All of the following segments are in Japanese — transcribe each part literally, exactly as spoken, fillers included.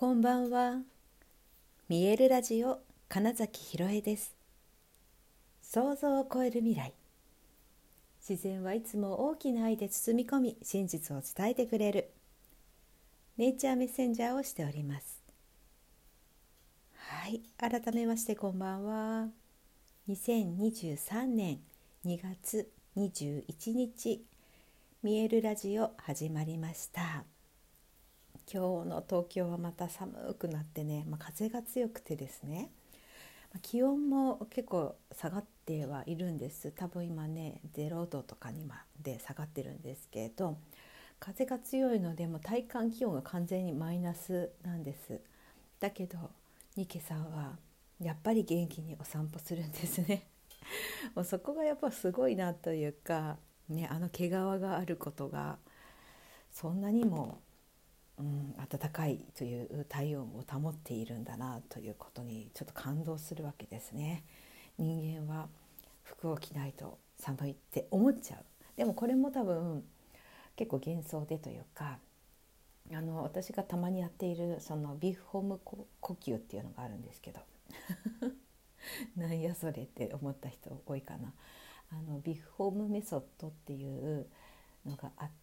こんばんは。見えるラジオ金崎ひろえです。想像を超える未来。自然はいつも大きな愛で包み込み、真実を伝えてくれるネイチャーメッセンジャーをしております。はい、改めましてこんばんは。にせんにじゅうさんねんにがつにじゅういちにち、見えるラジオ始まりました。今日の東京はまた寒くなってね、まあ、風が強くてですね、気温も結構下がってはいるんです。多分今ねゼロどとかにまで下がってるんですけど、風が強いのでもう体感気温が完全にマイナスなんです。だけどニケさんはやっぱり元気にお散歩するんですね。もうそこがやっぱすごいなというかね、あの毛皮があることがそんなにもうん、暖かいという体温を保っているんだなということにちょっと感動するわけですね。人間は服を着ないと寒いって思っちゃう。でもこれも多分結構幻想でというか、あの私がたまにやっているそのビーフホーム呼吸っていうのがあるんですけどなんやそれって思った人多いかな。あのビーフホームメソッドっていうのがあって、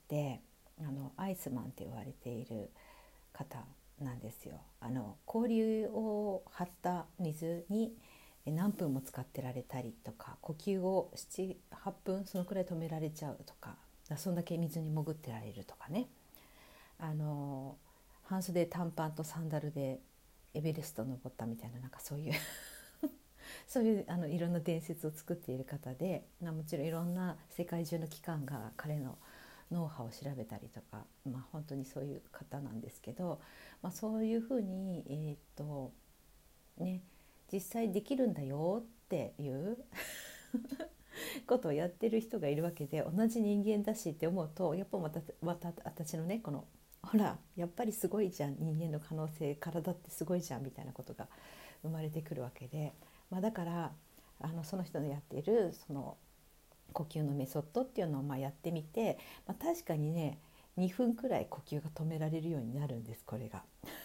あのアイスマンって言われている方なんですよ。あの氷を張った水に何分も使ってられたりとか、呼吸をななはっぷんそのくらい止められちゃうとか、そんだけ水に潜ってられるとかね、あの半袖短パンとサンダルでエベレスト登ったみたいな、なんかそういうそういうあのいろんな伝説を作っている方で、もちろんいろんな世界中の機関が彼のノウハウを調べたりとか、まあ、本当にそういう方なんですけど、まあ、そういうふうに、えーっとね、実際できるんだよっていうことをやってる人がいるわけで、同じ人間だしって思うと、やっぱまたまた私のねこのほらやっぱりすごいじゃん、人間の可能性、体ってすごいじゃんみたいなことが生まれてくるわけで、まあ、だからあのその人のやっているその呼吸のメソッドっていうのをまあやってみて、まあ、確かにねにふんくらい呼吸が止められるようになるんです。これが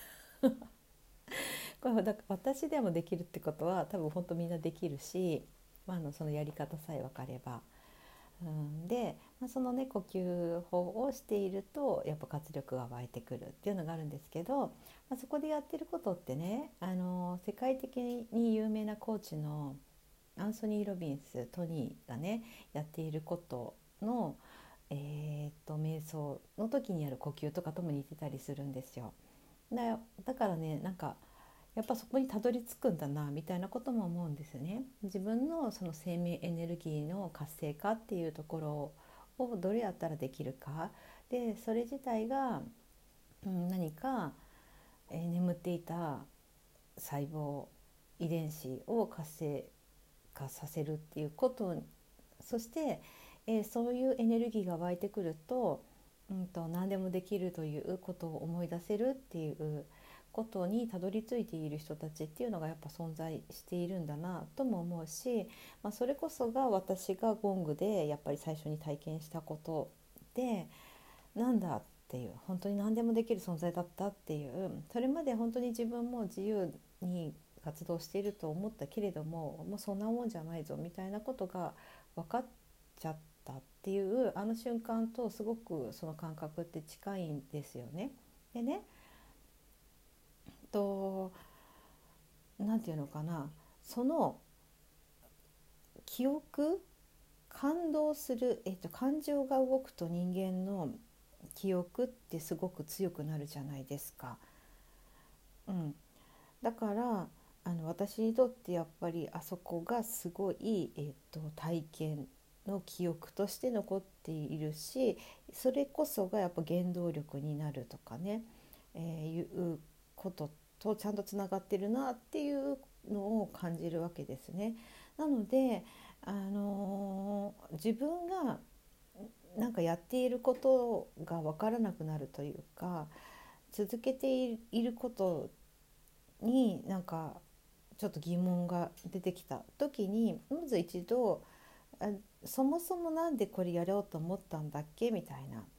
これだから私でもできるってことは多分本当みんなできるし、まあ、あのそのやり方さえ分かれば、うん、で、まあ、そのね呼吸法をしているとやっぱ活力が湧いてくるっていうのがあるんですけど、まあ、そこでやってることってね、あの世界的に有名なコーチのアンソニー・ロビンストニーがねやっていることの、えー、と瞑想の時にやる呼吸とかとも似てたりするんですよ。だ、だからね、なんかやっぱそこにたどり着くんだなみたいなことも思うんですね。自分のその生命エネルギーの活性化っていうところをどれやったらできるかで、それ自体が、うん、何か、えー眠っていた細胞遺伝子を活性化させるっていうこと、そして、えーそういうエネルギーが湧いてくると、うんと、何でもできるということを思い出せるっていうことにたどり着いている人たちっていうのがやっぱ存在しているんだなとも思うし、まあ、それこそが私がゴングでやっぱり最初に体験したことで、なんだっていう、本当に何でもできる存在だったっていう、それまで本当に自分も自由に活動していると思ったけれども、もうそんなもんじゃないぞみたいなことが分かっちゃったっていうあの瞬間とすごくその感覚って近いんですよね。でね、となんていうのかな、その記憶、感動する、えっと、感情が動くと人間の記憶ってすごく強くなるじゃないですか。うん、だからあの私にとってやっぱりあそこがすごい、えっと、体験の記憶として残っているし、それこそがやっぱ原動力になるとかね、えーいうこととちゃんとつながってるなっていうのを感じるわけですね。なので、あのー自分がなんかやっていることが分からなくなるというか、続けていることになんかちょっと疑問が出てきた時に、まず一度あそもそもなんでこれやろうと思ったんだっけみたいな、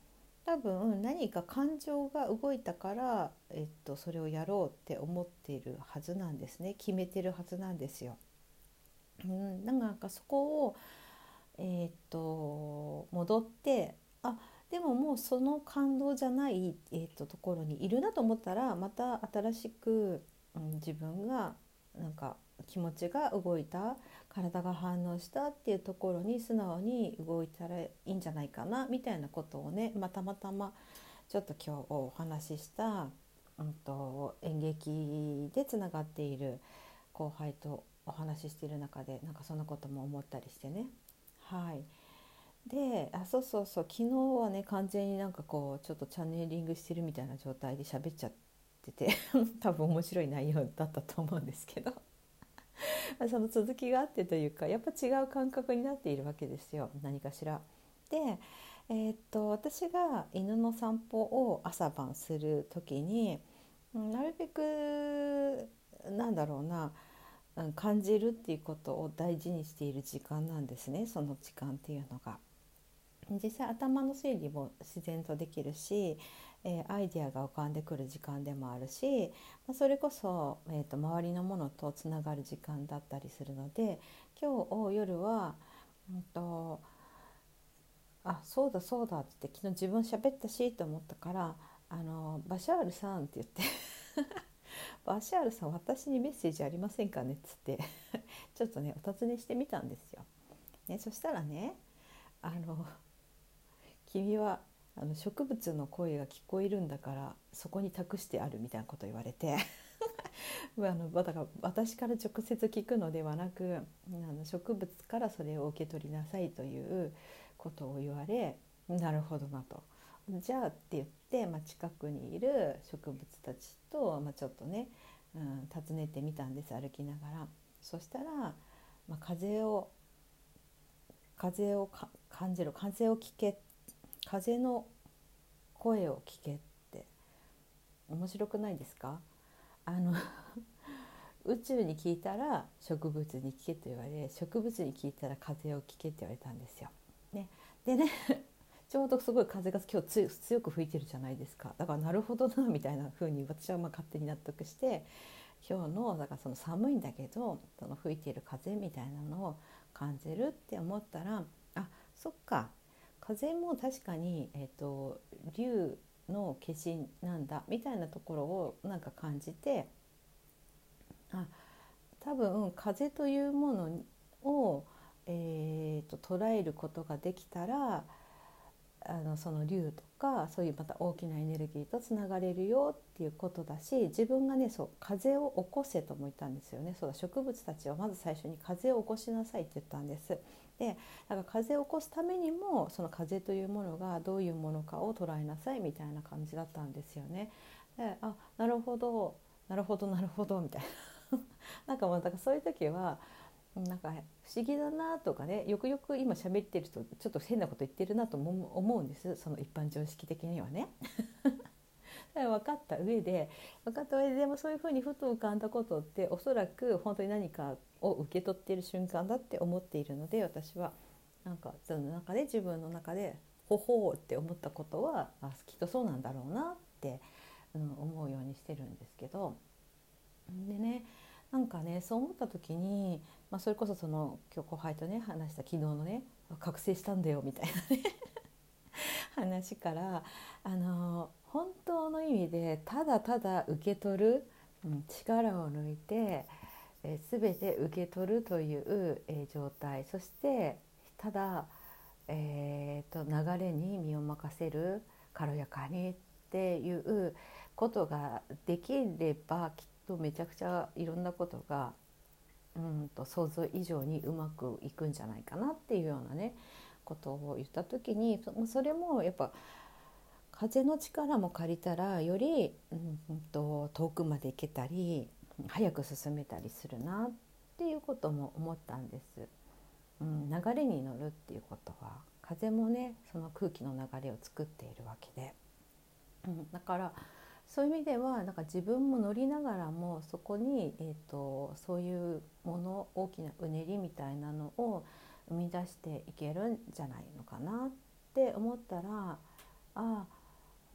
多分何か感情が動いたから、えっと、それをやろうって思っているはずなんですね。決めてるはずなんですよ。うん、なんかそこを、えっと、戻ってあでももうその感動じゃない、えっと、ところにいるなと思ったらまた新しく、うん、自分がなんか気持ちが動いた体が反応したっていうところに素直に動いたらいいんじゃないかなみたいなことをね、まあ、たまたまちょっと今日お話しした、うんと、演劇でつながっている後輩とお話ししている中でなんかそんなことも思ったりしてね。はい。で、あ、そうそうそう、昨日はね完全になんかこうちょっとチャネリングしてるみたいな状態で喋っちゃってて多分面白い内容だったと思うんですけどその続きがあってというかやっぱ違う感覚になっているわけですよ、何かしら。で、えーっと私が犬の散歩を朝晩する時に、うん、なるべくなんだろうな、うん、感じるっていうことを大事にしている時間なんですね、その時間っていうのが。実際頭の整理も自然とできるし、えーアイデアが浮かんでくる時間でもあるし、まあ、それこそ、えーと、周りのものとつながる時間だったりするので、今日夜は、うんと、あ、そうだそうだって昨日自分喋ったしと思ったから、あのバシャールさんって言ってバシャールさん私にメッセージありませんかねっつってちょっとねお尋ねしてみたんですよ。ね、そしたらね、あの君はあの植物の声が聞こえるんだからそこに託してあるみたいなこと言われてあのだから私から直接聞くのではなく、あの植物からそれを受け取りなさいということを言われ、なるほどなと。じゃあって言って、まあ、近くにいる植物たちと、まあ、ちょっとね、うん、訪ねてみたんです、歩きながら。そしたら、まあ、風を風をか感じろ、風を聞け、風の声を聞けって、面白くないですか？あの宇宙に聞いたら植物に聞けと言われ、植物に聞いたら風を聞けって言われたんですよ。ね、でねちょうどすごい風が今日強強く吹いてるじゃないですか。だからなるほどなみたいな風に私はまあ勝手に納得して、今日のだからその寒いんだけどその吹いている風みたいなのを感じるって思ったら、あ、そっか、風も確かに、えーと、竜の化身なんだみたいなところをなんか感じて、あ、多分風というものを、えーと、捉えることができたら、あのその竜とかそういうまた大きなエネルギーとつながれるよっていうことだし、自分がね、そう風を起こせとも言ったんですよね。そうだ、植物たちはまず最初に風を起こしなさいって言ったんです。でだから風を起こすためにもその風というものがどういうものかを捉えなさいみたいな感じだったんですよね。で、あ、なるほどなるほどなるほどみたいななんかもうだからそういう時はなんか不思議だなとかね、よくよく今喋ってる人ちょっと変なこと言ってるなとも思うんです、その一般常識的にはね。分かった上で分かった上ででもそういうふうにふと浮かんだことっておそらく本当に何かを受け取っている瞬間だって思っているので、私はなんかその中で自分の中でほほうって思ったことは、あ、きっとそうなんだろうなって、うん、思うようにしてるんですけど。でね、なんかねそう思った時に、まあ、それこそその今日後輩とね話した昨日のね覚醒したんだよみたいなね話から、あの本当の意味でただただ受け取る、うん、力を抜いて、えー、全て受け取るという、えー状態、そしてただ、えーと流れに身を任せる、軽やかにっていうことができれば、きっとめちゃくちゃいろんなことがうんと想像以上にうまくいくんじゃないかなっていうようなねことを言った時に、そそれもやっぱ風の力も借りたらより、うんと遠くまで行けたり早く進めたりするなっていうことも思ったんです。うん、流れに乗るっていうことは風もねその空気の流れを作っているわけで、うん、だからそういう意味ではなんか自分も乗りながらもそこに、えーと、そういうもの、大きなうねりみたいなのを生み出していけるんじゃないのかなって思ったら、ああ、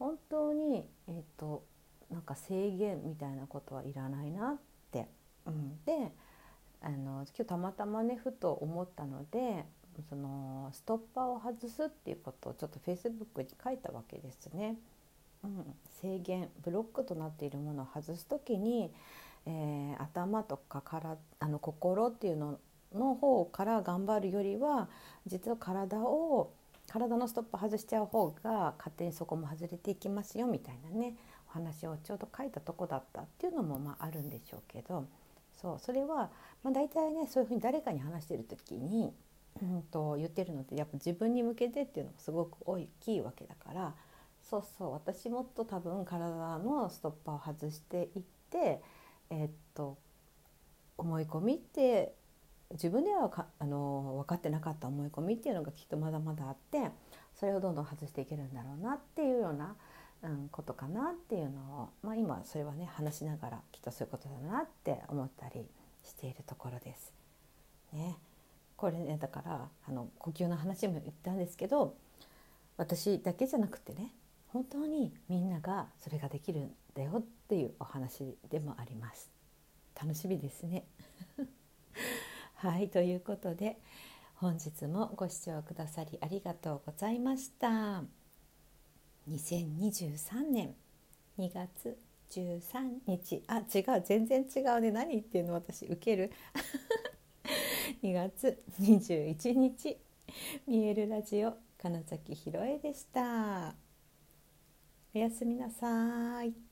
本当に、えーと、なんか制限みたいなことはいらないなって、うん、であの今日たまたまねふと思ったので、そのストッパーを外すっていうことをちょっとフェイスブックに書いたわけですね。うん、制限ブロックとなっているものを外すときに、えー頭とかからあの心っていうのの方から頑張るよりは、実は体を体のストップ外しちゃう方が勝手にそこも外れていきますよみたいなね、お話をちょうど書いたとこだったっていうのもまああるんでしょうけど、そうそれは、まあ、大体ねそういうふうに誰かに話している時に、うんと言ってるので、やっぱ自分に向けてっていうのがすごく大きいわけだから、そうそう、私もっと多分体のストッパーを外していって、えーっと思い込みって自分ではかあの分かってなかった思い込みっていうのがきっとまだまだあって、それをどんどん外していけるんだろうなっていうような、うん、ことかなっていうのを、まあ、今それはね話しながらきっとそういうことだなって思ったりしているところです。ね、これねだからあの呼吸の話も言ったんですけど、私だけじゃなくてね、本当にみんながそれができるんだよっていうお話でもあります。楽しみですね。はい、ということで本日もご視聴くださりありがとうございました。にせんにじゅうさんねんにがつじゅうさんにち、あ、違う、全然違うね、何言ってんの私、ウケるにがつにじゅういちにち、見えるラジオ金崎ひろえでした。おやすみなさい。